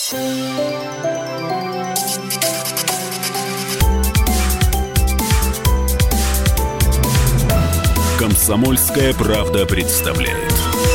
«Комсомольская правда» представляет.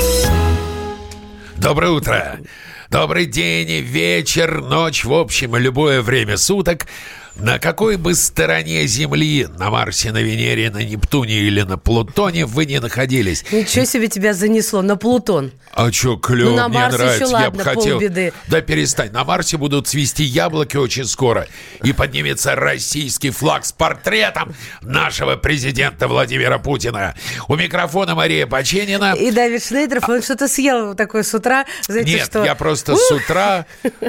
Доброе утро, добрый день, вечер, ночь, в общем, любое время суток. На какой бы стороне Земли, на Марсе, на Венере, на Нептуне или на Плутоне вы не находились? Ничего себе тебя занесло, на Плутон. А чё, клёво, на мне Марсе нравится, еще, я ладно, бы хотел. полбеды. Да перестань, на Марсе будут цвести яблоки очень скоро. И поднимется российский флаг с портретом нашего президента Владимира Путина. У микрофона Мария Баченина. И Давид Шнейдеров, он что-то съел такое с утра. Знаете, Нет, что... я просто с утра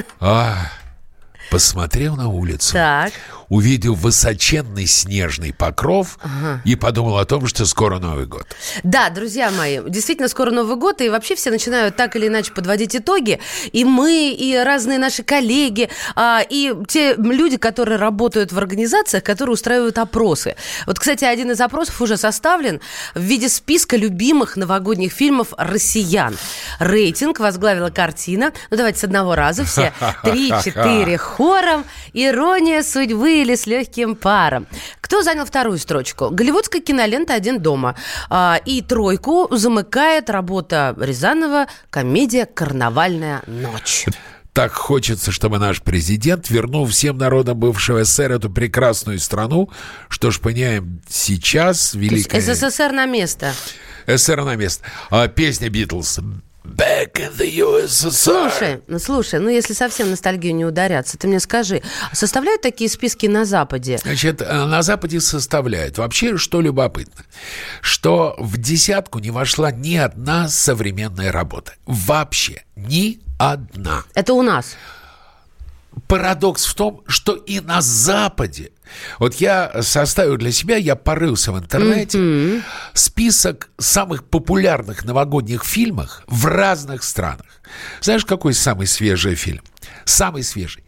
посмотрел на улицу. Так. Увидел высоченный снежный покров и подумал о том, что скоро Новый год. Да, друзья мои, действительно скоро Новый год, и вообще все начинают так или иначе подводить итоги. И мы, и разные наши коллеги, и те люди, которые работают в организациях, которые устраивают опросы. Вот, кстати, один из опросов уже составлен в виде списка любимых новогодних фильмов россиян. Рейтинг возглавила картина. Ну, давайте с одного раза все. 3-4 хором. «Ирония судьбы» или «С легким паром». Кто занял вторую строчку? Голливудская кинолента «Один дома». И тройку замыкает работа Рязанова, комедия «Карнавальная ночь». Так хочется, чтобы наш президент вернул всем народам бывшего СССР эту прекрасную страну. Что ж, понимаем, сейчас великая... СССР на место. СССР на место. Песня «Битлз». Back in the USSR. Слушай, ну если совсем ностальгию не ударяться, ты мне скажи, составляют такие списки на Западе? Значит, на Западе составляют. Вообще, что любопытно, что в десятку не вошла ни одна современная работа. Вообще, ни одна. Это у нас. Парадокс в том, что и на Западе. Вот я составил для себя, я порылся в интернете, список самых популярных новогодних фильмов в разных странах. Знаешь, какой самый свежий фильм? Самый свежий.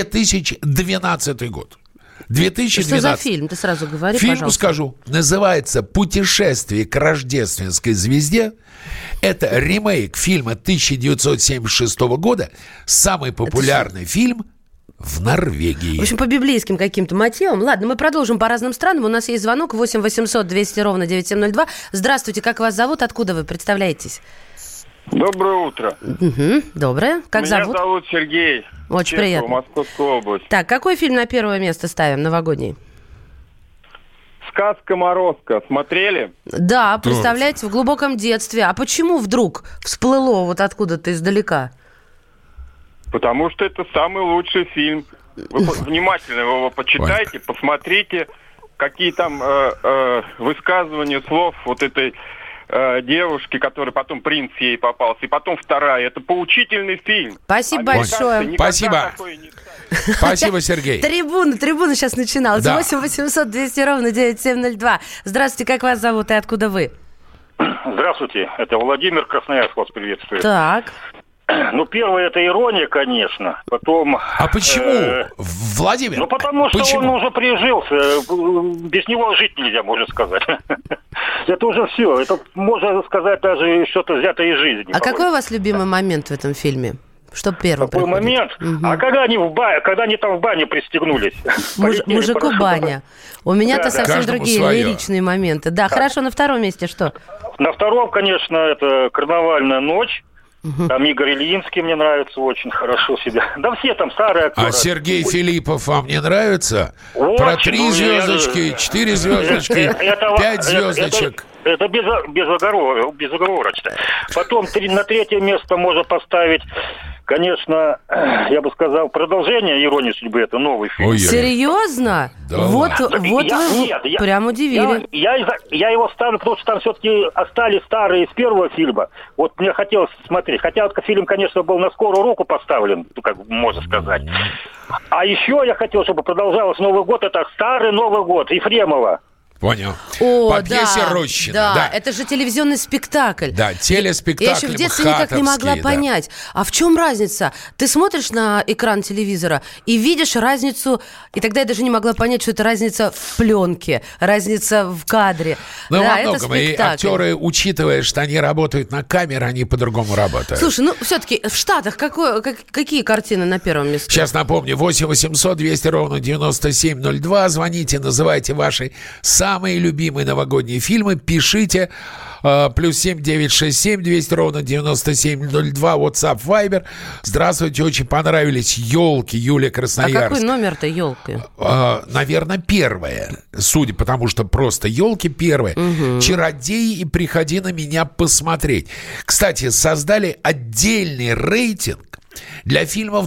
2012 год. 2012. Что за фильм? Ты сразу говори, фильм, пожалуйста. скажу, называется «Путешествие к рождественской звезде». Это ремейк фильма 1976 года. Самый популярный фильм в Норвегии. В общем, по библейским каким-то мотивам. Ладно, мы продолжим по разным странам. У нас есть звонок 8 800 200 ровно 9702. Здравствуйте, как вас зовут? Откуда вы представляетесь? Доброе утро. Доброе. Как Меня зовут? зовут Сергей. Очень Чехов, приятно. Московская область. Так, какой фильм на первое место ставим, новогодний? «Сказка Морозко». Смотрели? Да, представляете, в глубоком детстве. А почему вдруг всплыло вот откуда-то издалека? Потому что это самый лучший фильм. Вы внимательно его почитайте, посмотрите, какие там высказывания слов вот этой девушки, которая потом принц ей попался, и потом вторая. Это поучительный фильм. Спасибо большое. Спасибо. Спасибо, Сергей. Трибуна сейчас начиналась. Да. 8 800 200 ровно 9702. Здравствуйте, как вас зовут и откуда вы? Здравствуйте, это Владимир, Красноярск вас приветствует. Так. Ну, первое, это ирония, конечно. Потом... А почему, Владимир? Ну, потому что почему? он уже прижился. Без него жить нельзя, можно сказать. Это уже все. Это, можно сказать, даже что-то взято из жизни. А какой у вас любимый момент в этом фильме? Что первым Какой приходит? момент? А когда они там в бане пристегнулись? Мужику баня. У меня-то Да, совсем каждому другие своё. лиричные моменты. Да, хорошо, на втором месте что? На втором, конечно, это «Карнавальная ночь». Там Игорь Ильинский мне нравится очень хорошо себя. Да все там старые актеры. А Сергей Филиппов вам не нравится? Очень, Про 3 ну, звездочки, 4 звездочки, 5 звездочек. Это безоговорочно. Потом на третье место можно поставить, конечно, я бы сказал, продолжение «Иронии судьбы». Это новый фильм. Ой-ой. Серьезно? Да Вот ладно. вы прям удивили. Я его ставлю, потому что там все-таки остались старые из первого фильма. Вот мне хотелось смотреть. Хотя вот фильм, конечно, был на скорую руку поставлен, как можно сказать. А еще я хотел, чтобы продолжалось Новый год. Это старый Новый год Ефремова. Понял. О, по пьесе да, Рощина. Да, это же телевизионный спектакль. Да, телеспектакль. Я еще в детстве никак не могла понять, а в чем разница? Ты смотришь на экран телевизора и видишь разницу, и тогда я даже не могла понять, что это разница в пленке, разница в кадре. Ну, да, во многом. И актеры, учитывая, что они работают на камере, они по-другому работают. Слушай, ну, все-таки в Штатах какие картины на первом месте? Сейчас напомню, 8 800 200 ровно 9702. Звоните, называйте ваши самые любимые новогодние фильмы. Пишите. Плюс 7 967 200 ровно 9702. WhatsApp, Viber. Здравствуйте, очень понравились «Елки», Юлия, Красноярск. А какой номер-то «Елки»? Наверное, первая. Судя по тому, что просто «Елки» первая. «Чародей» и «Приходи на меня посмотреть». Кстати, создали отдельный рейтинг для фильмов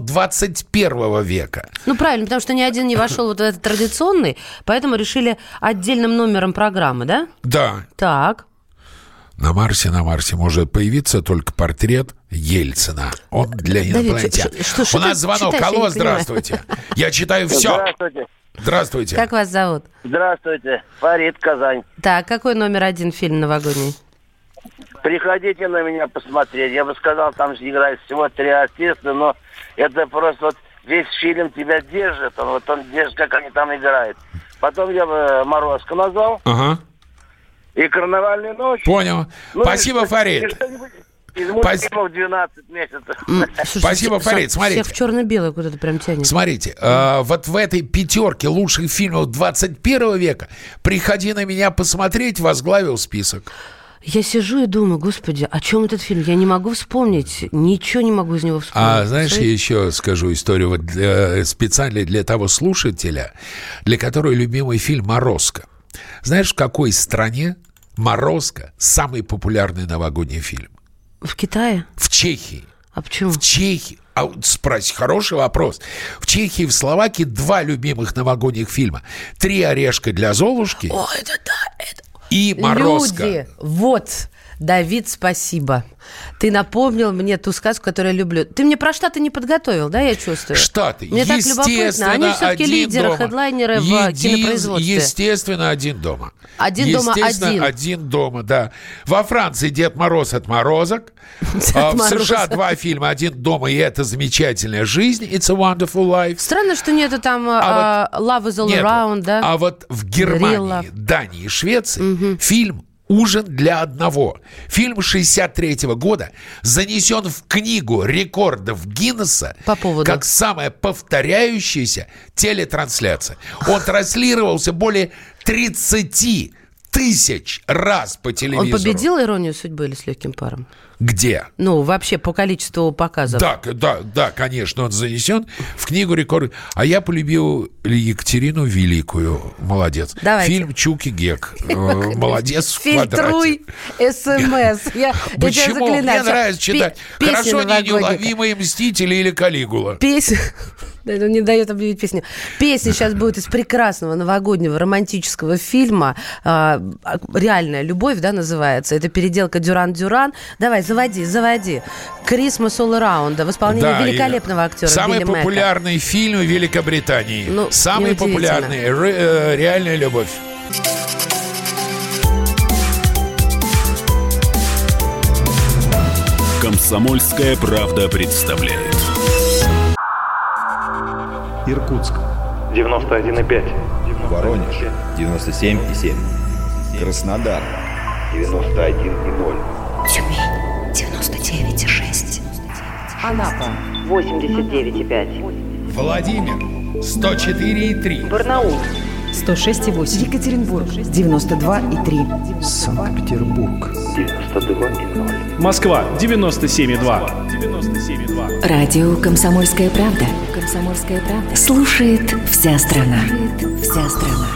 21 века. Ну, правильно, потому что ни один не вошел вот в этот традиционный, поэтому решили отдельным номером программы, да? Да. Так. На Марсе может появиться только портрет Ельцина. Он для инопланетян. У нас звонок. Алло, здравствуйте. Я читаю все. Здравствуйте. Здравствуйте. Как вас зовут? Здравствуйте. Фарид, Казань. Так, какой номер один фильм новогодний? Приходите на меня посмотреть. Я бы сказал, там же играет всего 3 артиста, но это просто вот весь фильм тебя держит. Он держит, как они там играют. Потом я бы «Морозко» назвал. Ага. И «Карнавальная ночь». Понял. Ну, спасибо, Фарид. Из мультфильмов 12 месяцев. Слушайте, спасибо, Фарид. Смотрите. Всех в черно-белое куда-то прям тянет. Смотрите, вот в этой пятерке лучших фильмов 21 века «Приходи на меня посмотреть» возглавил список. Я сижу и думаю, господи, о чем этот фильм? Я не могу вспомнить, ничего не могу из него вспомнить. А знаешь, я еще скажу историю вот специально для того слушателя, для которого любимый фильм «Морозко». Знаешь, в какой стране «Морозко» самый популярный новогодний фильм? В Китае? В Чехии. А почему? В Чехии. А вот спроси, хороший вопрос. В Чехии и в Словакии 2 любимых новогодних фильма. «Три орешка для Золушки». О, это да, это... И «Морозко». Люди, вот, Давид, спасибо. Ты напомнил мне ту сказку, которую я люблю. Ты мне про Штаты не подготовил, да, я чувствую? Штаты. Мне так любопытно. Они же все-таки лидеры, хедлайнеры в кинопроизводстве. Естественно, «Один дома». «Один дома» один. «Один дома», да. Во Франции «Дед Мороз» отморозок. В США 2 фильма «Один дома», и это замечательная жизнь. «It's a Wonderful Life». Странно, что нету там «Love is all around», да? А вот в Германии, Дании и Швеции фильм «Ужин для одного». Фильм 1963 года занесен в книгу рекордов Гиннесса как самая повторяющаяся телетрансляция. Он транслировался более 30 тысяч раз по телевизору. Он победил «Иронию судьбы» или «С легким паром»? Где? Ну, вообще по количеству показов. Да, конечно, он занесен в книгу рекордов. А я полюбил Екатерину Великую. Молодец. Давайте. Фильм «Чук и Гек». Молодец в квадрате. Фильтруй СМС. Почему? Мне нравится читать. Хорошо, не «Неуловимые мстители» или «Калигула». Песня. Это не дает объявить песню. Песня сейчас будет из прекрасного новогоднего романтического фильма «Реальная любовь», да, называется. Это переделка «Дюран-Дюран». Давай, заводи. «Christmas All Around» в исполнении великолепного актера самый Билли Мэка. популярный фильм в Великобритании. Самый популярный «Реальная любовь». «Комсомольская правда» представляет. Иркутск 91,5. Воронеж 97,7. Краснодар 91,0. Тюмень 99,6. Анапа 89,5. Владимир 104,3. Барнаул 106,8. Екатеринбург 92,3. Санкт-Петербург 92,0. Москва 97,2. Радио «Комсомольская правда». «Комсомольская правда». Слушает вся страна. Вся страна.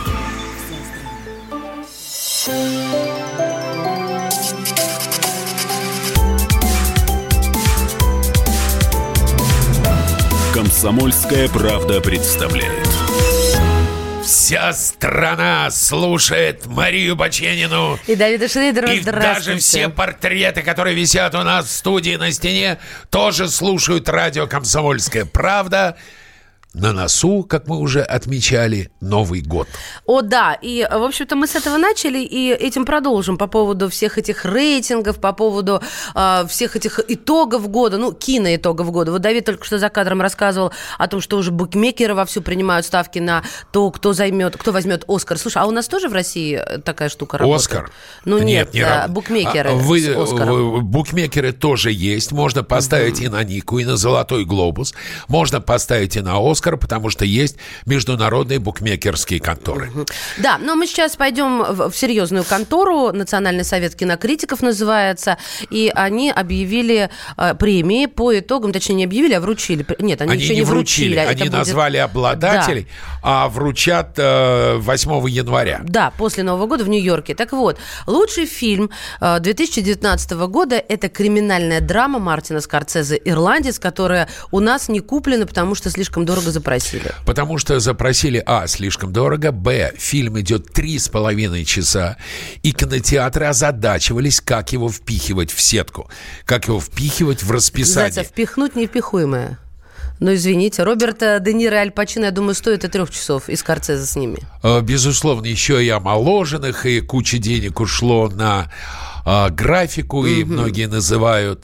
«Комсомольская правда» представляет. Вся страна слушает Марию Баченину. И Давида Шнейдера. И даже все портреты, которые висят у нас в студии на стене, тоже слушают радио «Комсомольская правда». на носу, как мы уже отмечали, Новый год. О, да, и, в общем-то, мы с этого начали, и этим продолжим по поводу всех этих рейтингов, по поводу всех этих итогов года, киноитогов года. Вот Давид только что за кадром рассказывал о том, что уже букмекеры вовсю принимают ставки на то, кто возьмет «Оскар». Слушай, а у нас тоже в России такая штука работает? «Оскар»? Нет, букмекеры с «Оскаром». Букмекеры тоже есть. Можно поставить и на «Нику», и на «Золотой глобус». Можно поставить и на «Оскар», потому что есть международные букмекерские конторы. Да, но мы сейчас пойдем в серьезную контору. Национальный совет кинокритиков называется. И они объявили премии по итогам, точнее, не объявили, а вручили. Нет, они еще не вручили. Они назвали обладателей, а вручат 8 января. Да, после Нового года в Нью-Йорке. Так вот, лучший фильм 2019 года – это криминальная драма Мартина Скорсезе «Ирландец», которая у нас не куплена, потому что слишком дорого запросили. Потому что запросили, слишком дорого, фильм идет 3,5 часа, и кинотеатры озадачивались, как его впихивать в сетку, как его впихивать в расписание. Знаете, впихнуть невпихуемое. Ну, извините, Роберта Де Ниро и Аль Пачино, я думаю, стоит и 3 часов, и Скорсезе с ними. Безусловно, еще и омоложенных, и куча денег ушло на графику, и многие называют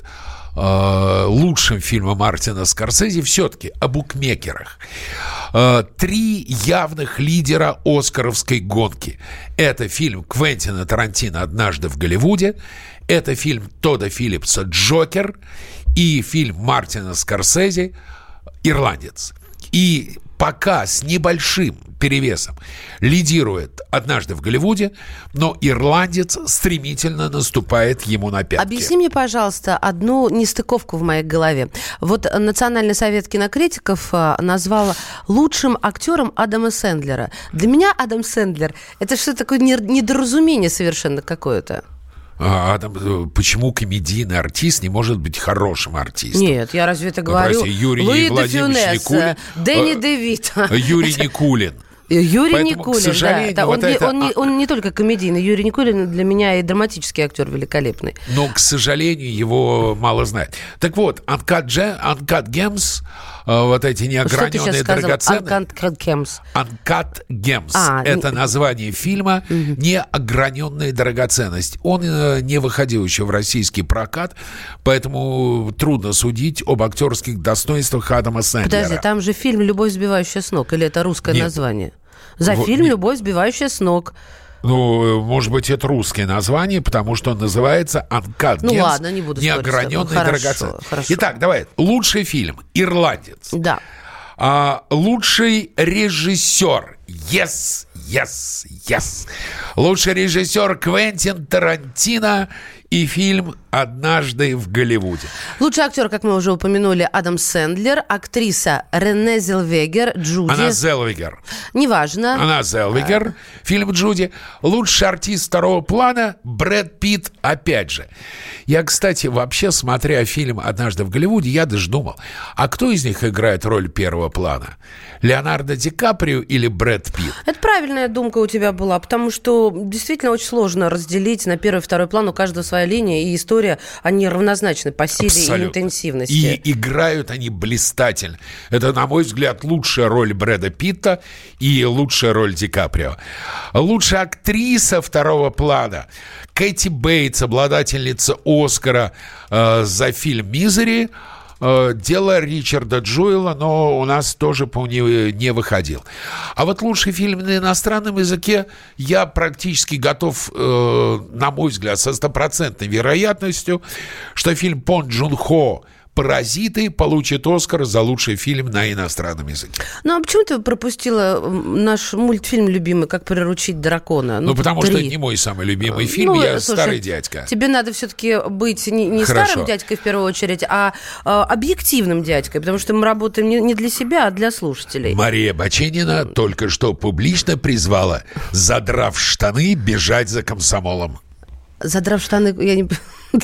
лучшим фильмом Мартина Скорсезе. Все-таки о букмекерах. 3 явных лидера оскаровской гонки. Это фильм Квентина Тарантино «Однажды в Голливуде», это фильм Тодда Филлипса «Джокер» и фильм Мартина Скорсезе «Ирландец». И пока с небольшим перевесом лидирует «Однажды в Голливуде», но «Ирландец» стремительно наступает ему на пятки. Объясни мне, пожалуйста, одну нестыковку в моей голове. Вот Национальный совет кинокритиков назвал лучшим актером Адама Сэндлера. Для меня Адам Сэндлер – это что-то такое недоразумение совершенно какое-то. Почему комедийный артист не может быть хорошим артистом? Нет, я разве это говорю? Юрий Владимирович Никулин, Дэнни Девито. Юрий Никулин. Юрий Никулин, да. Он не только комедийный. Юрий Никулин для меня и драматический актер великолепный. Но, к сожалению, его мало знают. Так вот, Uncut Gems, вот эти неограненные драгоценности. Uncut Gems. Это название фильма «Неограненная драгоценность». Он не выходил еще в российский прокат, поэтому трудно судить об актерских достоинствах Адама Сэндлера. Подожди, там же фильм «Любовь, сбивающая с ног», или это русское название? За фильм «Любовь, сбивающая с ног». Ну, может быть, это русское название, потому что он называется Uncut Gems. Ладно, не буду спорить. Неограненная драгоценность. Итак, давай. Лучший фильм «Ирландец». Да. Лучший режиссер. Yes. Лучший режиссер Квентин Тарантино и фильм «Однажды в Голливуде». Лучший актер, как мы уже упомянули, Адам Сэндлер. Актриса Рене Зелвегер, Джуди. Она Зелвегер. Неважно. Она Зелвегер. Фильм «Джуди». Лучший артист второго плана Брэд Питт, опять же. Я, кстати, вообще, смотря фильм «Однажды в Голливуде», я даже думал, а кто из них играет роль первого плана? Леонардо Ди Каприо или Брэд Питт? Это правильная думка у тебя была, потому что действительно очень сложно разделить на первый и второй план. У каждого своя линия, и история, они равнозначны по силе и интенсивности. И играют они блистательно. Это, на мой взгляд, лучшая роль Брэда Питта и лучшая роль Ди Каприо. Лучшая актриса второго плана Кэти Бейтс, обладательница Оскара за фильм «Мизери». Дело Ричарда Джуэла, но у нас тоже, по-моему, не выходил. А вот лучший фильм на иностранном языке я практически готов, на мой взгляд, со 100% вероятностью, что фильм Пон Джун Хо «Паразиты» получит Оскар за лучший фильм на иностранном языке. Ну, а почему ты пропустила наш мультфильм любимый «Как приручить дракона»? Ну, потому что это не мой самый любимый фильм, я старый дядька. Тебе надо все-таки быть не старым дядькой в первую очередь, а объективным дядькой, потому что мы работаем не для себя, а для слушателей. Мария Баченина только что публично призвала, задрав штаны, бежать за комсомолом. Задрав штаны, я не...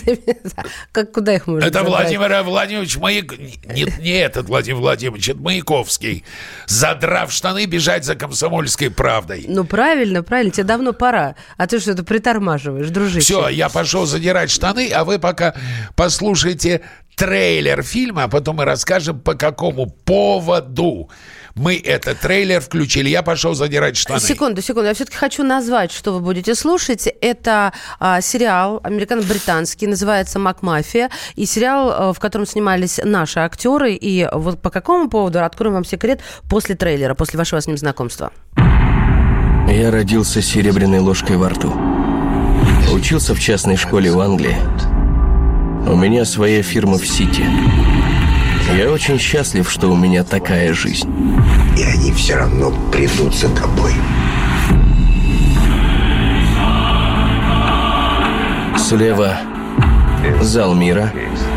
Куда их можно Это забрать? Владимир Владимирович не этот Владимир Владимирович, это Маяковский. Задрав штаны, бежать за комсомольской правдой. Ну, правильно, тебе давно пора. А ты что-то притормаживаешь, дружище. Все, я пошел задирать штаны, а вы пока послушайте трейлер фильма, а потом мы расскажем, по какому поводу мы этот трейлер включили. Я пошел задирать штаны. Секунду. Я все-таки хочу назвать, что вы будете слушать. Это сериал американо-британский, называется «Макмафия». И сериал, в котором снимались наши актеры. И вот по какому поводу, откроем вам секрет, после трейлера, после вашего с ним знакомства. Я родился с серебряной ложкой во рту. Учился в частной школе в Англии. У меня своя фирма в Сити. Я очень счастлив, что у меня такая жизнь. И они все равно придут за тобой. Слева зал мира.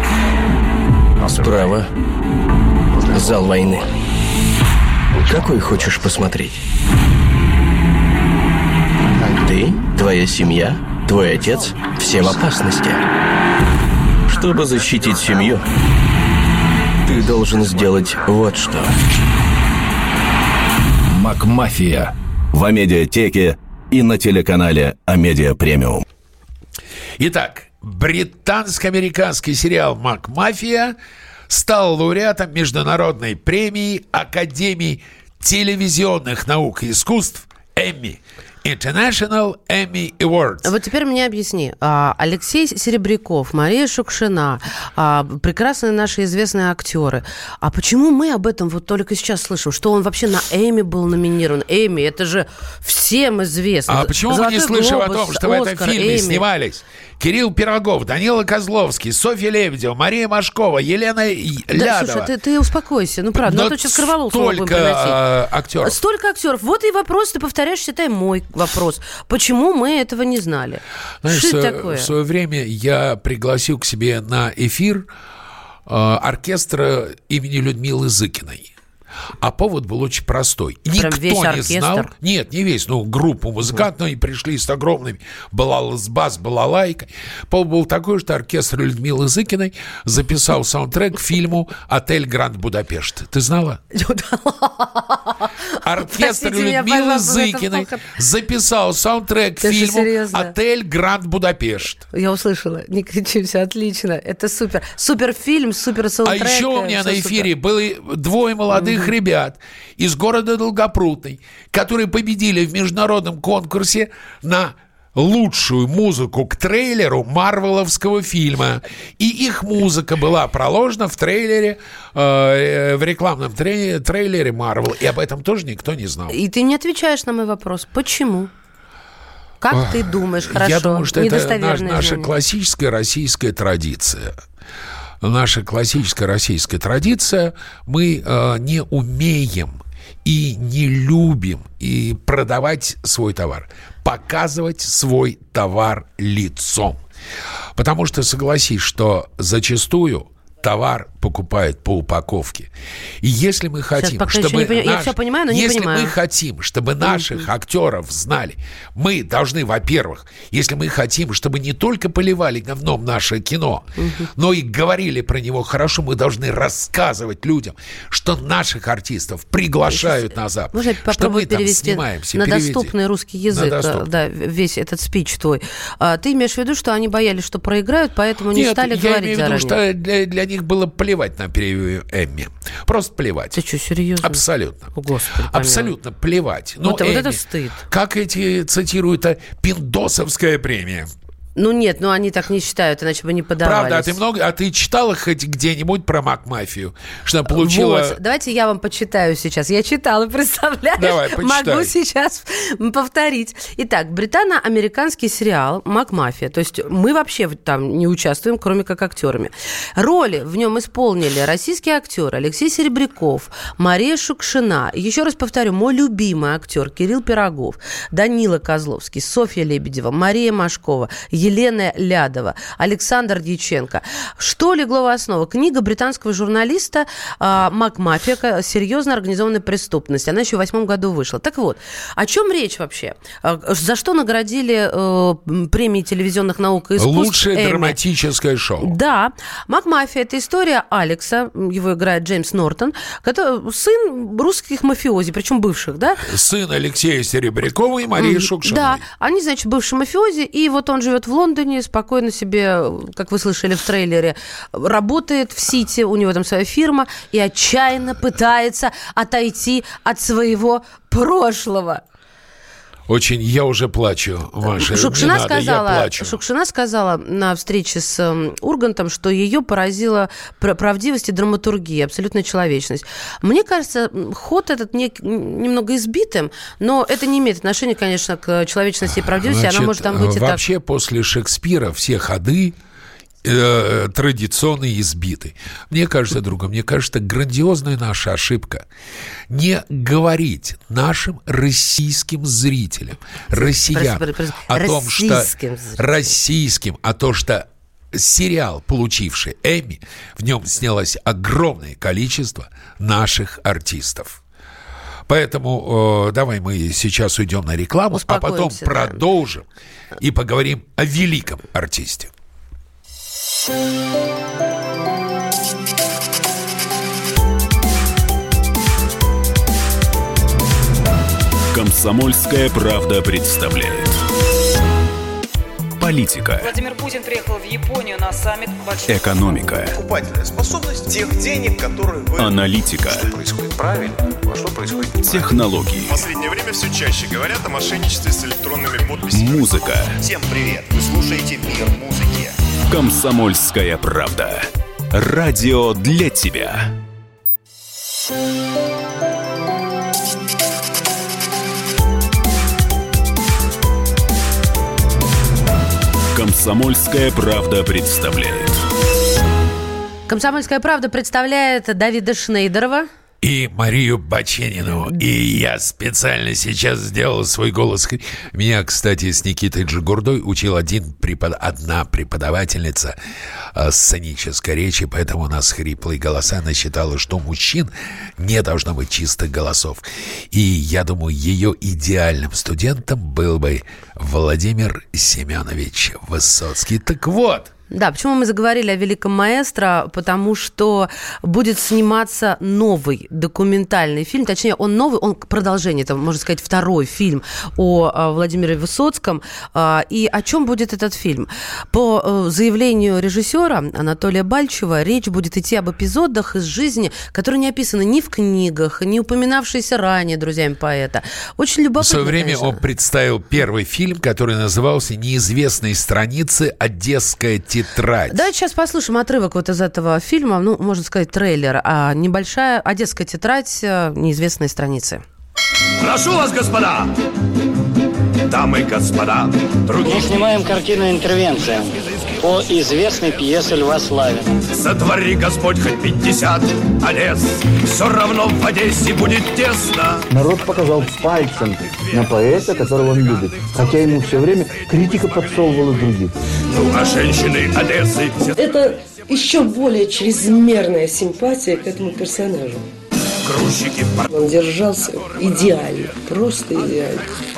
Справа зал войны. Какой хочешь посмотреть? Ты, твоя семья, твой отец, все в опасности. Чтобы защитить семью, ты должен сделать вот что. «Макмафия» в Амедиатеке и на телеканале Амедиа Премиум. Итак, британско-американский сериал «Макмафия» стал лауреатом международной премии Академии телевизионных наук и искусств «Эмми». International Emmy Awards. Вот теперь мне объясни. Алексей Серебряков, Мария Шукшина, прекрасные наши известные актеры. А почему мы об этом вот только сейчас слышим? Что он вообще на Эмми был номинирован? Эмми, это же всем известно. А почему мы не слышим о том, что в этом фильме снимались Кирилл Пирогов, Данила Козловский, Софья Лебедева, Мария Машкова, Елена Лядова? Слушай, ты успокойся. Ну, правда, тут сейчас Кривололцева будем приносить. Столько актеров. Столько актеров. Вот и вопрос, ты повторяешь, считай, мой вопрос. Почему мы этого не знали? Знаешь, что это такое? В свое время я пригласил к себе на эфир оркестр имени Людмилы Зыкиной. А повод был очень простой. Прям Никто не знал. Нет, не весь, группу музыкантов, и пришли с огромными бас, балалайкой. Повод был такой, что оркестр Людмилы Зыкиной записал саундтрек к фильму «Отель Гранд Будапешт». Ты знала? Оркестр Людмилы Зыкиной записал саундтрек к фильму «Отель Гранд Будапешт». Я услышала. Не кричи, все отлично. Это супер. Супер фильм, супер саундтрек. А еще у меня на эфире были двое молодых ребят из города Долгопрудный, которые победили в международном конкурсе на лучшую музыку к трейлеру марвеловского фильма. И их музыка была проложена в трейлере, в рекламном трейлере Марвел. И об этом тоже никто не знал. И ты не отвечаешь на мой вопрос. Почему? Как ты думаешь? Хорошо. Я думаю, что это наша классическая российская традиция. Наша классическая российская традиция, мы не умеем и не любим и продавать свой товар, показывать свой товар лицом. Потому что, согласись, что зачастую товар покупают по упаковке. И если мы хотим, чтобы я все понимаю, но не понимаю. Мы хотим, чтобы наших актеров знали, мы должны, во-первых, если мы хотим, чтобы не только поливали говном наше кино, но и говорили про него хорошо, мы должны рассказывать людям, что наших артистов приглашают на Запад. Можно я попробую перевести на доступный русский язык, да, весь этот спич твой. Ты имеешь в виду, что они боялись, что проиграют, поэтому не стали говорить заранее? Нет, я имею в виду, что для них было плевать на премию Эмми. Просто плевать. Ты что, серьезно? Абсолютно. О, Господи, абсолютно плевать. Вот это стыд. Как эти цитируют, пиндосовская премия. Ну нет, они так не считают, иначе бы не подавались. Правда, ты читала хоть где-нибудь про Макмафию? Что она получила... Вот, давайте я вам почитаю сейчас. Я читала, представляешь? Давай, почитай. Могу сейчас повторить. Итак, британо-американский сериал «Макмафия». То есть мы вообще там не участвуем, кроме как актерами. Роли в нем исполнили российские актеры Алексей Серебряков, Мария Шукшина. Еще раз повторю, мой любимый актер Кирилл Пирогов, Данила Козловский, Софья Лебедева, Мария Машкова, Елена Лядова, Александр Дьяченко. Что легло в основу? Книга британского журналиста «Макмафия. Серьезно организованная преступность». Она еще в 2008 году вышла. Так вот, о чем речь вообще? За что наградили премии телевизионных наук и искусств? Лучшее Эмми? Драматическое шоу. Да. «Макмафия» — это история Алекса, его играет Джеймс Нортон, сын русских мафиози, причем бывших, да? Сын Алексея Серебрякова и Марии Шукшиной. Да, они, значит, бывшие мафиози, и вот он живет в Лондоне, спокойно себе, как вы слышали в трейлере, работает в Сити, у него там своя фирма, и отчаянно пытается отойти от своего прошлого. Очень, я уже плачу, Маша. Шукшина сказала на встрече с Ургантом, что ее поразила правдивость и драматургия, абсолютная человечность. Мне кажется, ход этот немного избитым, но это не имеет отношения, конечно, к человечности и правдивости. Она может там быть и так. Вообще после Шекспира все ходы традиционно избиты. Мне кажется, грандиозная наша ошибка не говорить нашим российским зрителям, россиянам о том, что сериал, получивший Эмми, в нем снялось огромное количество наших артистов. Поэтому давай мы сейчас уйдем на рекламу, а потом продолжим и поговорим о великом артисте. «Комсомольская правда» представляет. Политика. Владимир Путин приехал в Японию на саммит. Экономика. Покупательная способность тех денег, которые вы... Аналитика. Что происходит правильно, а что происходит неправильно. Технологии. В последнее время все чаще говорят о мошенничестве с электронными подписями. Музыка. Всем привет. Вы слушаете «Мир музыки». «Комсомольская правда». Радио для тебя. «Комсомольская правда» представляет. «Комсомольская правда» представляет Давида Шнейдерова и Марию Баченину. И я специально сейчас сделал свой голос. Меня, кстати, с Никитой Джигурдой учил одна преподавательница сценической речи, поэтому у нас хриплые голоса. Она считала, что у мужчин не должно быть чистых голосов. И я думаю, ее идеальным студентом был бы Владимир Семенович Высоцкий. Так вот. Да, почему мы заговорили о великом маэстро? Потому что будет сниматься новый документальный фильм. Точнее, он новый, он продолжение, это, можно сказать, второй фильм о Владимире Высоцком. И о чем будет этот фильм? По заявлению режиссера Анатолия Бальчева, речь будет идти об эпизодах из жизни, которые не описаны ни в книгах, ни упоминавшиеся ранее друзьями поэта. Очень любопытно, в свое время конечно. Он представил первый фильм, который назывался «Неизвестные страницы. Одесская тетрадь». Давайте сейчас послушаем отрывок вот из этого фильма, ну, можно сказать, трейлер. Небольшая «Одесская тетрадь. Неизвестные страницы». Прошу вас, господа, дамы и господа, Мы снимаем картину «Интервенция» по известной пьесе Льва Славина. Сотвори Господь хоть 50 Одесс, все равно в Одессе будет тесно. Народ показал пальцем на поэта, которого он любит, хотя ему все время критика подсовывала других. Ну, а женщины Одессы... Это еще более чрезмерная симпатия к этому персонажу. Грузчики... Он держался идеально, просто идеально.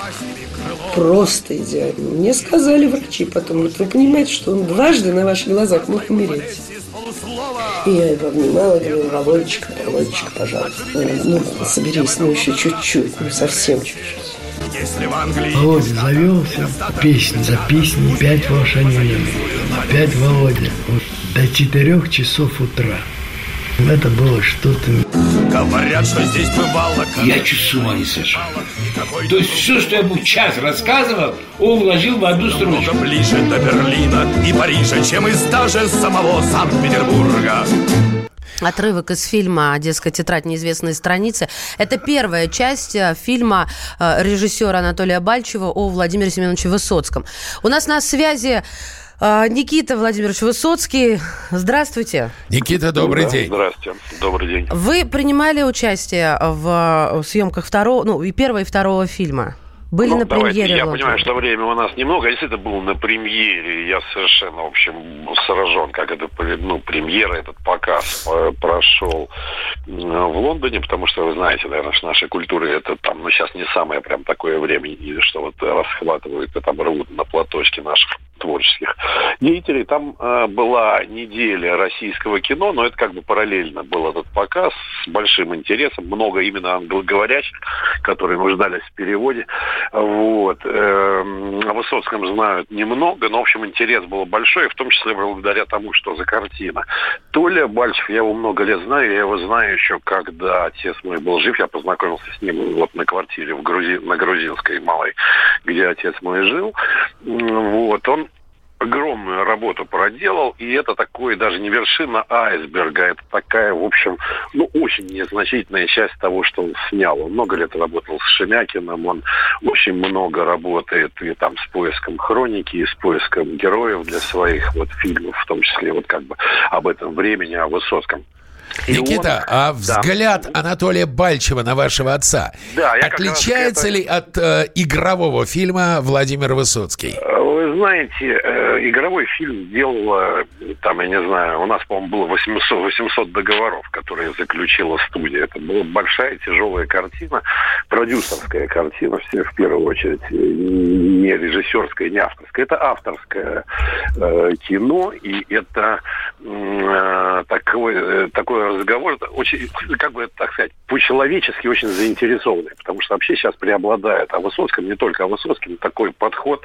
Просто идеально. Мне сказали врачи потом, вот вы понимаете, что он дважды на ваших глазах мог умереть. И я его обнимала, говорила: Володечка, пожалуйста. Ну, соберись, ну еще чуть-чуть, ну совсем чуть-чуть. Володя завелся, песня за песней, 5 волшебных, опять Володя. Вот до 4 часов утра. Это было что-то... Говорят, что здесь бывало... Я чуть с ума не сошел. То есть все, что я ему час рассказывал, он вложил в одну строчку. Ближе до Берлина и Парижа, чем из даже самого Санкт-Петербурга. Отрывок из фильма «Одесская тетрадь. Неизвестные страницы». Это первая часть фильма режиссера Анатолия Бальчева о Владимире Семеновиче Высоцком. У нас на связи Никита Владимирович Высоцкий. Здравствуйте. Никита, добрый день. Здравствуйте, добрый день. Вы принимали участие в съемках первого и второго фильма? Были на премьере. Я понимаю, что время у нас немного. Если это было на премьере, я совершенно, в общем, сражен, как это, премьера, этот показ прошел в Лондоне, потому что, вы знаете, наверное, что нашей культуры это там, сейчас не самое прям такое время, что вот расхватывают и там рвут на платочке наших творческих деятелей. Там была неделя российского кино, но это как бы параллельно был этот показ с большим интересом. Много именно англоговорящих, которые нуждались в переводе. Вот. О Высоцком знают немного, но, в общем, интерес был большой, в том числе благодаря тому, что за картина. Толя Бальчев, я его много лет знаю, я его знаю еще, когда отец мой был жив, я познакомился с ним вот на квартире на Грузинской малой, где отец мой жил. Вот, он огромную работу проделал, и это такое даже не вершина айсберга, это такая, в общем, очень незначительная часть того, что он снял. Он много лет работал с Шемякиным, он очень много работает и там с поиском хроники, и с поиском героев для своих вот фильмов, в том числе вот как бы об этом времени, о Высоцком. Никита, а взгляд Анатолия Бальчева на вашего отца отличается ли от игрового фильма «Владимир Высоцкий»? Вы знаете, игровой фильм делала, там, я не знаю, у нас, по-моему, было 800 договоров, которые заключила студия. Это была большая, тяжелая картина, продюсерская картина, все в первую очередь, не режиссерская, не авторская. Это авторское кино, и это такой разговор, очень, как бы так сказать, по-человечески очень заинтересованный, потому что вообще сейчас преобладает о Высоцком, не только о Высоцком, такой подход,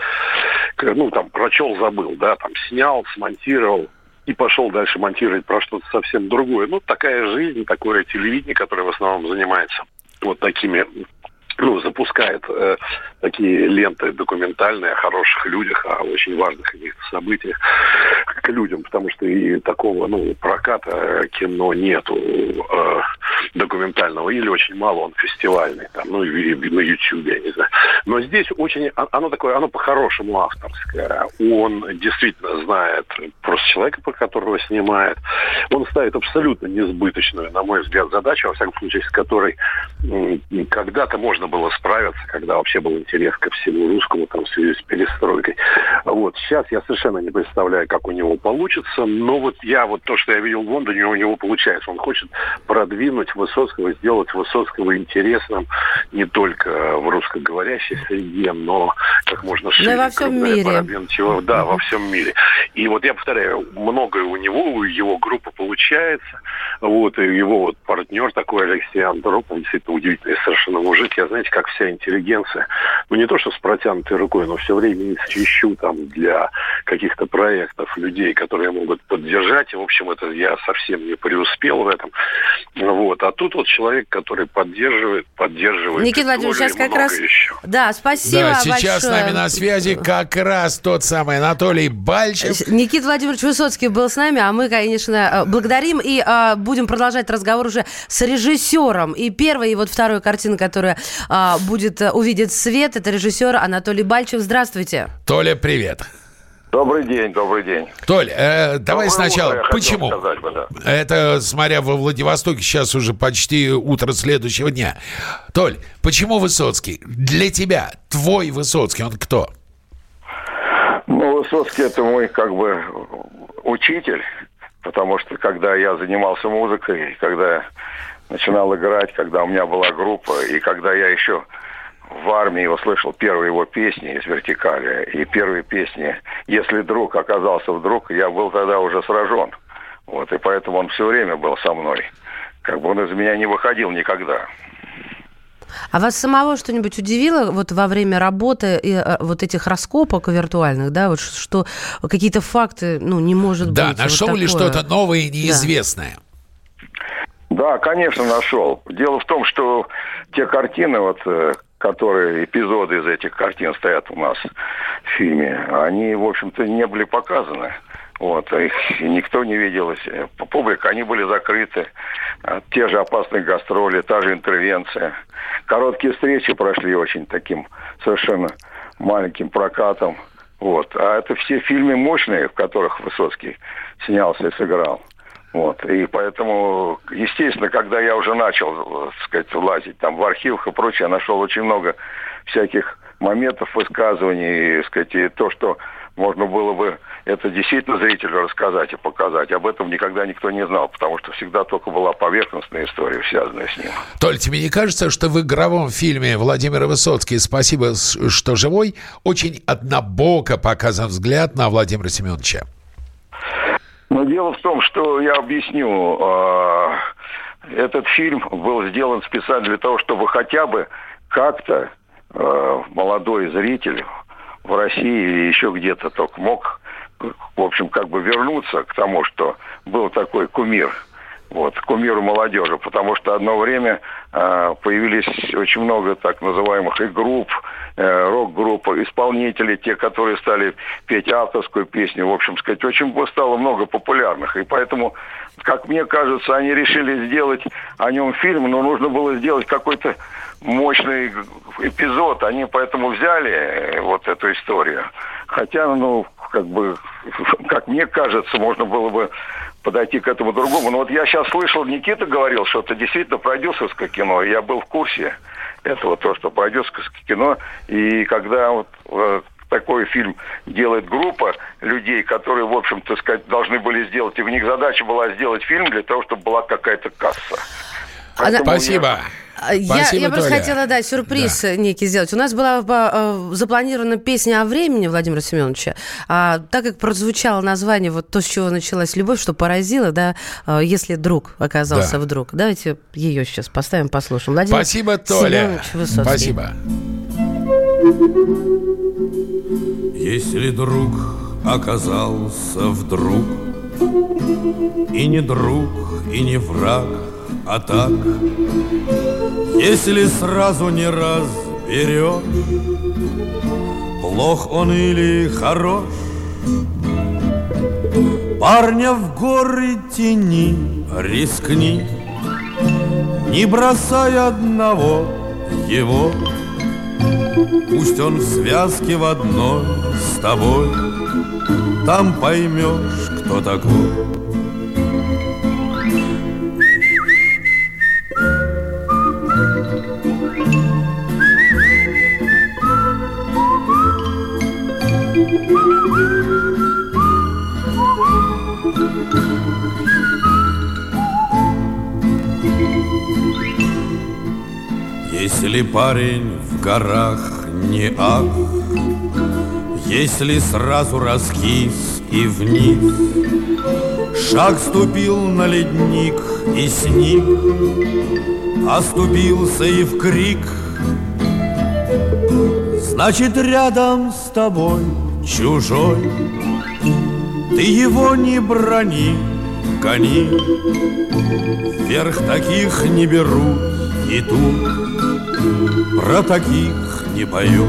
прочел, забыл, да, там снял, смонтировал и пошел дальше монтировать про что-то совсем другое. Такая жизнь, такое телевидение, которое в основном занимается вот такими, запускает такие ленты документальные о хороших людях, о очень важных каких-то событиях к людям, потому что и такого, проката кино нету документального, или очень мало, он фестивальный, там, или на Ютьюбе, я не знаю. Но здесь очень, оно по-хорошему авторское. Он действительно знает просто человека, по которого снимает. Он ставит абсолютно несбыточную, на мой взгляд, задачу, во всяком случае, с которой когда-то можно было справиться, когда вообще был интерес ко всему русскому, там, в связи с перестройкой. Вот. Сейчас я совершенно не представляю, как у него получится, но то, что я видел в Лондоне, у него получается. Он хочет продвинуть Высоцкого, сделать Высоцкого интересным не только в русскоговорящей среде, но как можно шире. Во всем мире. Да, во всем мире. И вот я повторяю, многое у него, у его группы получается. Вот, и его партнер такой, Алексей Андропов, действительно удивительный совершенно мужик. Я, знаете, как вся интеллигенция, не то что с протянутой рукой, но все время ищу там для каких-то проектов людей, которые могут поддержать. И, в общем, это я совсем не преуспел в этом. Вот. А тут вот человек, который поддерживает. Никита Владимирович, сейчас как раз... Еще. Да, спасибо большое. Сейчас с нами на связи как раз тот самый Анатолий Бальчев. Никита Владимирович Высоцкий был с нами, а мы, конечно, благодарим и будем продолжать разговор уже с режиссером. И первая, и вот вторая картина, которая увидит свет, это режиссер Анатолий Бальчев. Здравствуйте. Толя, привет. Добрый день. Толь, давай сначала, почему? Сказать, да. Это, смотря во Владивостоке, сейчас уже почти утро следующего дня. Толь, почему Высоцкий? Для тебя, твой Высоцкий, он кто? Высоцкий — это мой, учитель, потому что, когда я занимался музыкой, когда я начинал играть, когда у меня была группа, и когда я еще в армии услышал первые его песни из «Вертикали», и первые песни «Если друг оказался вдруг», я был тогда уже сражен. Вот, и поэтому он все время был со мной. Он из меня не выходил никогда. А вас самого что-нибудь удивило вот во время работы и вот этих раскопок виртуальных, да, вот что какие-то факты, не может быть. Да, нашел ли что-то новое и неизвестное? Да, конечно, нашел. Дело в том, что те картины, эпизоды из этих картин стоят у нас в фильме, они, в общем-то, не были показаны. Вот, их никто не видел. Публика, они были закрыты. Те же опасные гастроли, та же интервенция. Короткие встречи прошли очень таким совершенно маленьким прокатом. Вот. А это все фильмы мощные, в которых Высоцкий снялся и сыграл. Вот. И поэтому, естественно, когда я уже начал, лазить там в архивах и прочее, я нашел очень много всяких моментов, высказываний, и то, что можно было бы это действительно зрителю рассказать и показать. Об этом никогда никто не знал, потому что всегда только была поверхностная история, связанная с ним. Толь, тебе не кажется, что в игровом фильме Владимира Высоцкий «Спасибо, что живой» очень однобоко показан взгляд на Владимира Семеновича? Но дело в том, что я объясню. Этот фильм был сделан специально для того, чтобы хотя бы как-то молодой зритель в России или еще где-то только мог, в общем, как бы вернуться к тому, что был такой кумир. Вот, кумиру молодежи, потому что одно время появились очень много так называемых и групп, рок-групп, исполнителей, те, которые стали петь авторскую песню, в общем сказать, очень стало много популярных. И поэтому, как мне кажется, они решили сделать о нем фильм, но нужно было сделать какой-то мощный эпизод. Они поэтому взяли вот эту историю. Хотя, ну, как бы, как мне кажется, можно было бы подойти к этому другому. Но вот я сейчас слышал, Никита говорил, что это действительно продюсерское кино, и я был в курсе этого, то, что продюсерское кино. И когда вот такой фильм делает группа людей, которые, в общем-то, сказать, должны были сделать, и у них задача была сделать фильм для того, чтобы была какая-то касса. Спасибо. Я просто хотела, сюрприз некий сделать. У нас была запланирована песня о времени Владимира Семеновича. Так как прозвучало название, вот то, с чего началась любовь, что поразило, да, если друг оказался вдруг. Давайте ее сейчас поставим, послушаем. Владимир Спасибо, Толя. Высоцкий. Спасибо. Если друг оказался вдруг, и не друг, и не враг, а так, если сразу не разберешь, плох он или хорош, парня в горы тяни, рискни, не бросай одного его, пусть он в связке в одной с тобой, там поймешь, кто такой. Если парень в горах не ах, если сразу раскис и вниз, шаг ступил на ледник и сник, оступился и в крик, значит, рядом с тобой чужой, ты его не брони, гони, вверх таких не берут, и тут про таких не пою.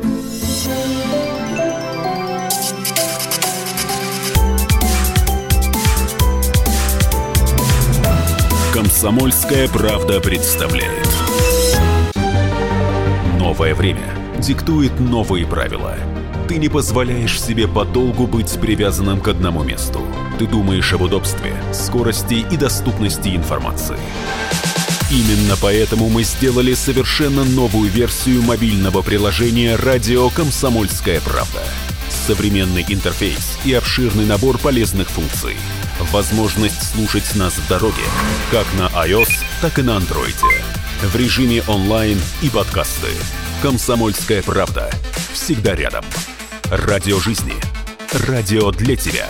«Комсомольская правда» представляет. Новое время диктует новые правила. Ты не позволяешь себе подолгу быть привязанным к одному месту. Ты думаешь об удобстве, скорости и доступности информации. Именно поэтому мы сделали совершенно новую версию мобильного приложения «Радио Комсомольская правда». Современный интерфейс и обширный набор полезных функций. Возможность слушать нас в дороге, как на iOS, так и на Android. В режиме онлайн и подкасты. «Комсомольская правда». Всегда рядом. Радио жизни. Радио для тебя.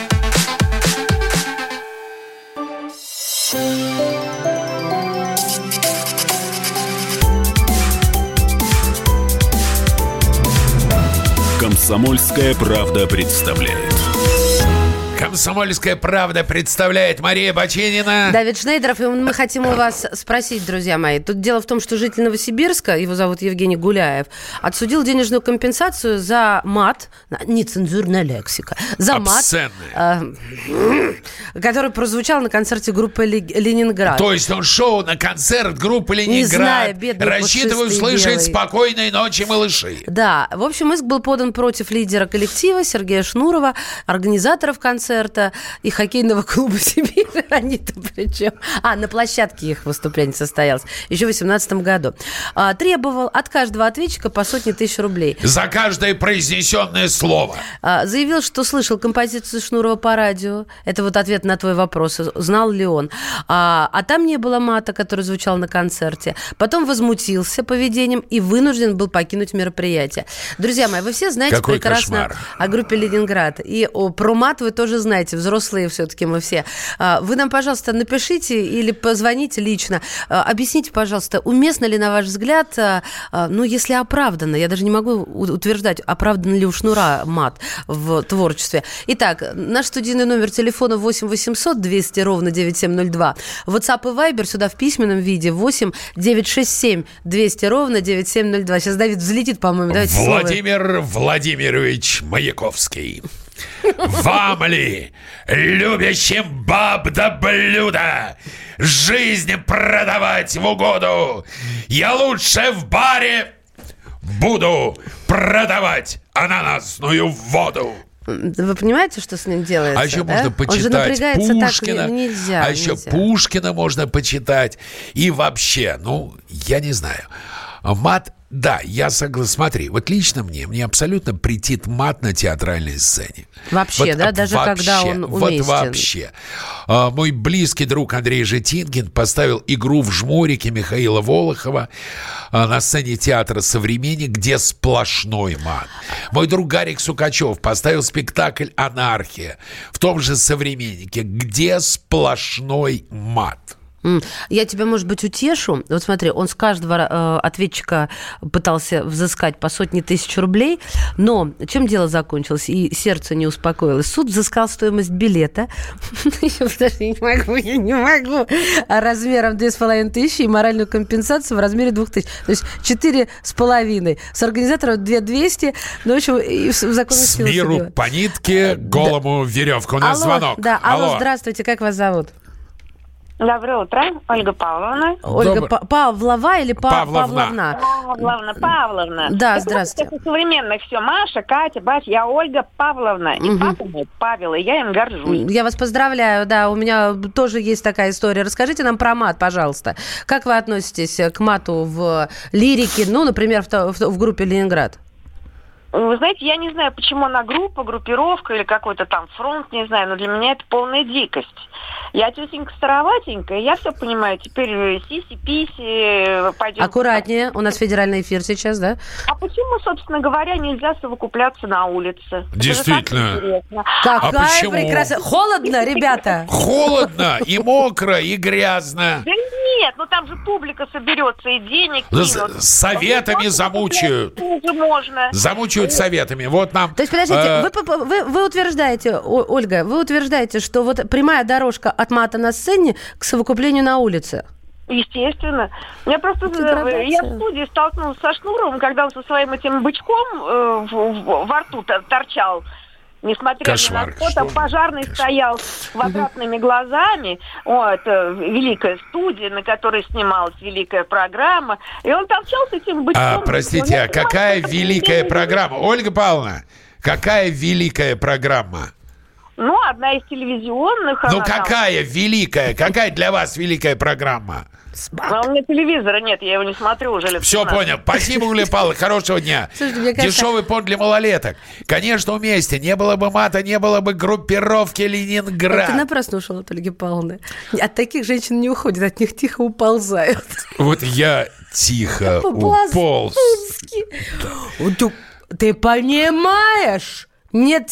«Комсомольская правда» представляет. «Комсомольская правда» представляет Мария Баченина. Давид Шнейдеров, и мы хотим у вас спросить, друзья мои. Тут дело в том, что житель Новосибирска, его зовут Евгений Гуляев, отсудил денежную компенсацию за мат, нецензурная лексика, за мат, который прозвучал на концерте группы «Ленинград». То есть он шел на концерт группы «Ленинград», не зная, рассчитывая услышать «Спокойной ночи, малыши». Да, в общем, иск был подан против лидера коллектива Сергея Шнурова, организаторов концерта, концерта и хоккейного клуба «Сибирь». Они-то причем... на площадке их выступление состоялось. Еще в 2018 году. Требовал от каждого ответчика по 100 000 рублей. За каждое произнесенное слово. Заявил, что слышал композицию Шнурова по радио. Это вот ответ на твой вопрос. Знал ли он? А там не было мата, который звучал на концерте. Потом возмутился поведением и вынужден был покинуть мероприятие. Друзья мои, вы все знаете Какой прекрасно кошмар. О группе «Ленинград». И про мат вы тоже знаете. Взрослые все-таки мы все. Вы нам, пожалуйста, напишите или позвоните лично. Объясните, пожалуйста, уместно ли, на ваш взгляд, если оправданно, я даже не могу утверждать, оправдан ли у Шнура мат в творчестве. Итак, наш студийный номер телефона 8 800 200 ровно 9702. WhatsApp и Viber сюда в письменном виде 8 967 200 ровно 9702. Сейчас Давид взлетит, по-моему. Давайте Владимир Владимирович Маяковский. Вам ли, любящим баб да блюда, жизнь продавать в угоду? Я лучше в баре буду продавать ананасную воду. Вы понимаете, что с ним делается? А еще да? можно почитать Он же напрягается Пушкина. Так нельзя. А еще Пушкина можно почитать. И вообще, я не знаю. Мат, да, я согласен. Смотри, вот лично мне абсолютно претит мат на театральной сцене. Вообще, вот, да? Даже вообще, когда он уместен. Вот вообще. Мой близкий друг Андрей Житинкин поставил игру в «Жмурике» Михаила Волохова на сцене театра «Современник», где сплошной мат. Мой друг Гарик Сукачев поставил спектакль «Анархия» в том же «Современнике», где сплошной мат. Я тебя, может быть, утешу. Вот смотри, он с каждого ответчика пытался взыскать по 100 000 рублей, но чем дело закончилось? И сердце не успокоилось. Суд взыскал стоимость билета. Я не могу. Размером 2500 и моральную компенсацию в размере 2000. То есть 4,5. С организатором 2200. Ну, в общем, и в законе с миру по нитке, голому веревку. У нас звонок. Да, алло, здравствуйте, как вас зовут? Доброе утро, Ольга Павловна. Ольга Павлова или Павловна? Павловна. Да, здравствуйте. Это современных все. Маша, Катя, Бася, я Ольга Павловна. И папа мой Павел, и я им горжусь. Я вас поздравляю, да, у меня тоже есть такая история. Расскажите нам про мат, пожалуйста. Как вы относитесь к мату в лирике, например, в группе «Ленинград»? Вы знаете, я не знаю, почему она группировка или какой-то там фронт, не знаю, но для меня это полная дикость. Я тетенька староватенькая, я все понимаю, теперь сиси-писи пойдем... Аккуратнее, у нас федеральный эфир сейчас, да? А почему, собственно говоря, нельзя совокупляться на улице? Действительно. Какая прекрасная... Холодно, ребята? Холодно, и мокро, и грязно. Да нет, там же публика соберется, и денег кинут. С советами замучают. Можно. Замучают советами. Вот нам... То есть, подождите, вы утверждаете, Ольга, что вот прямая дорожка от мата на сцене к совокуплению на улице? Естественно. Я в студии столкнулась со Шнуровым, когда он со своим этим бычком во рту торчал. Несмотря ни на что, там пожарный стоял с квадратными глазами. Это великая студия, на которой снималась великая программа. И он торчал с этим бычком. Простите, а какая великая программа? Ольга Павловна, какая великая программа? Одна из телевизионных. Какая великая? Какая для вас великая программа? У меня телевизора нет, я его не смотрю уже лет 15. Все понял. Спасибо, Ольга Павловна. Хорошего дня. Слушайте, дешевый пон для малолеток. Конечно, вместе. Не было бы мата, не было бы группировки «Ленинград». Ты напрасно ушел от Ольги Павловны. От таких женщин не уходят, от них тихо уползают. Вот я тихо уполз. Ты понимаешь? Нет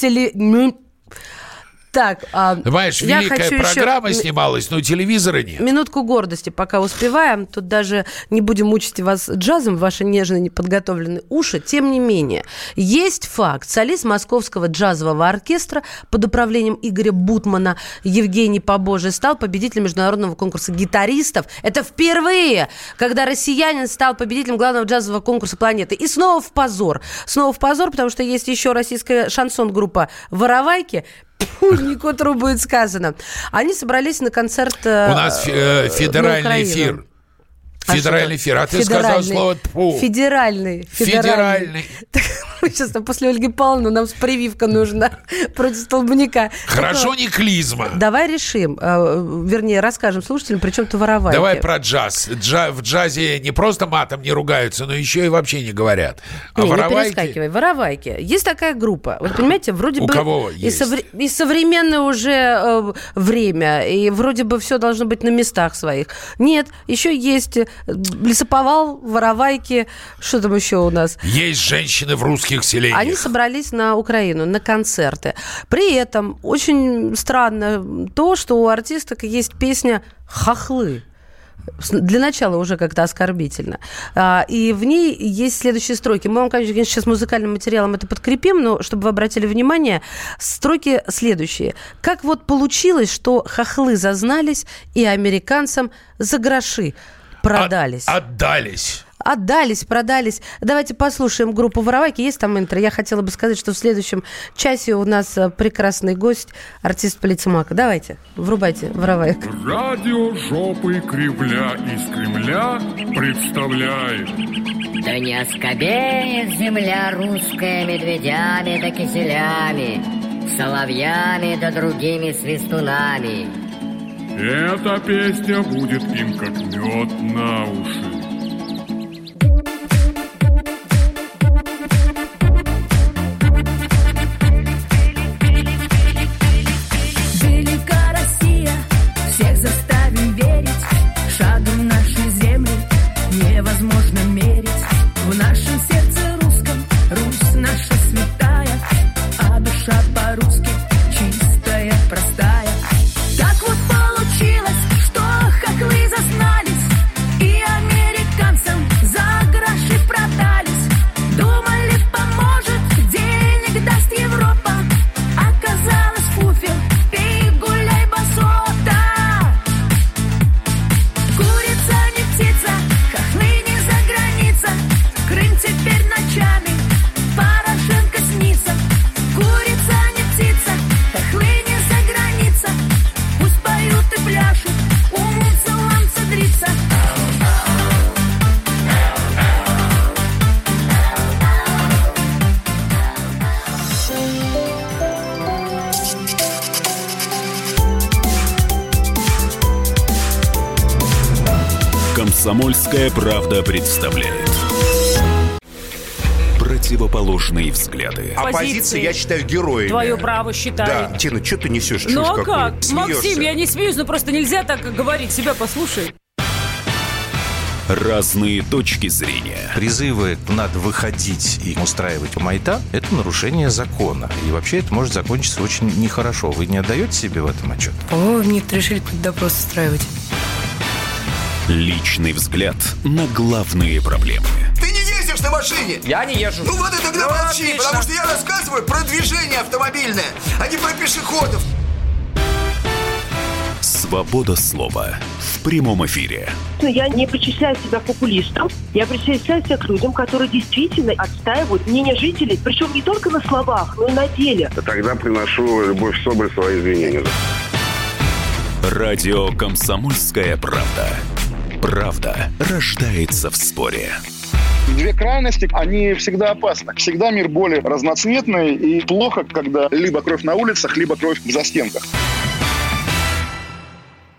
Так, понимаешь, великая программа снималась, но телевизора нет. Минутку гордости, пока успеваем. Тут даже не будем мучить вас джазом, ваши нежные неподготовленные уши. Тем не менее, есть факт. Солист Московского джазового оркестра под управлением Игоря Бутмана Евгений Побожий стал победителем международного конкурса гитаристов. Это впервые, когда россиянин стал победителем главного джазового конкурса планеты. И снова в позор. Снова в позор, потому что есть еще российская шансон-группа «Воровайки». Не к утру будет сказано. Они собрались на концерт. У нас федеральный эфир. Федеральный эфир. А ты сказал слово «тьфу». Федеральный. Сейчас после Ольги Павловны нам прививка нужна против столбняка. Хорошо, не клизма. Давай решим, вернее, расскажем слушателям, причем-то воровайки. Давай про джаз. В джазе не просто матом не ругаются, но еще и вообще не говорят. А воровайки... Не перескакивай. Воровайки. Есть такая группа. Вот понимаете, вроде бы... У кого есть? И современное уже время, и вроде бы все должно быть на местах своих. Нет, еще есть лесоповал, воровайки. Что там еще у нас? Есть женщины в русских селениях. Они собрались на Украину, на концерты. При этом очень странно то, что у артисток есть песня «Хохлы». Для начала уже как-то оскорбительно. И в ней есть следующие строки. Мы вам, конечно, сейчас музыкальным материалом это подкрепим, но чтобы вы обратили внимание, строки следующие. Как вот получилось, что хохлы зазнались и американцам за гроши продались. Отдались, продались. Давайте послушаем группу «Воровайки». Есть там интро. Я хотела бы сказать, что в следующем часе у нас прекрасный гость, артист Полицемака. Давайте, врубайте «Воровайк». Радио жопы кривля из Кремля представляет. Да не оскобеет земля русская медведями да киселями, соловьями да другими свистунами. Эта песня будет им как мед на уши. Заставим верить, шагом нашей земли невозможно мерить. В нашем сердце русском Русь наша святая, а душа по-русски чистая, простая. Так вот получилось, что хохлы зазнались и американцам за гроши продались. Думали, поможет, денег даст Европа, оказалось фуфел, пей, гуляй, басота. Теперь ночами Порошенко снится. Курица не птица, хохлы не за граница. Пусть поют и пляшут, умница, ламца, дрица. «Комсомольская правда» представляет противоположные взгляды. Оппозиция, я считаю, героями. Твое право считаю. Да. Тина, что ты несешь? Ну а как? Максим, я не смеюсь, но просто нельзя так говорить. Себя послушай. Разные точки зрения. Призывы «надо выходить и устраивать майдан» — это нарушение закона. И вообще это может закончиться очень нехорошо. Вы не отдаете себе в этом отчет? По-моему, нет, решили какой-то допрос устраивать. Личный взгляд на главные проблемы. Ты не ездишь на машине? Я не езжу. Ну вот и тогда молчи, отлично. потому что я рассказываю про движение автомобильное, а не про пешеходов. Свобода слова в прямом эфире. Я не причисляю себя популистом. Я причисляю себя к людям, которые действительно отстаивают мнение жителей. Причем не только на словах, но и на деле. Тогда приношу Любовь Соболь свои извинения. Радио «Комсомольская правда». Правда рождается в споре. Две крайности, они всегда опасны. Всегда мир более разноцветный, и плохо, когда либо кровь на улицах, либо кровь в застенках.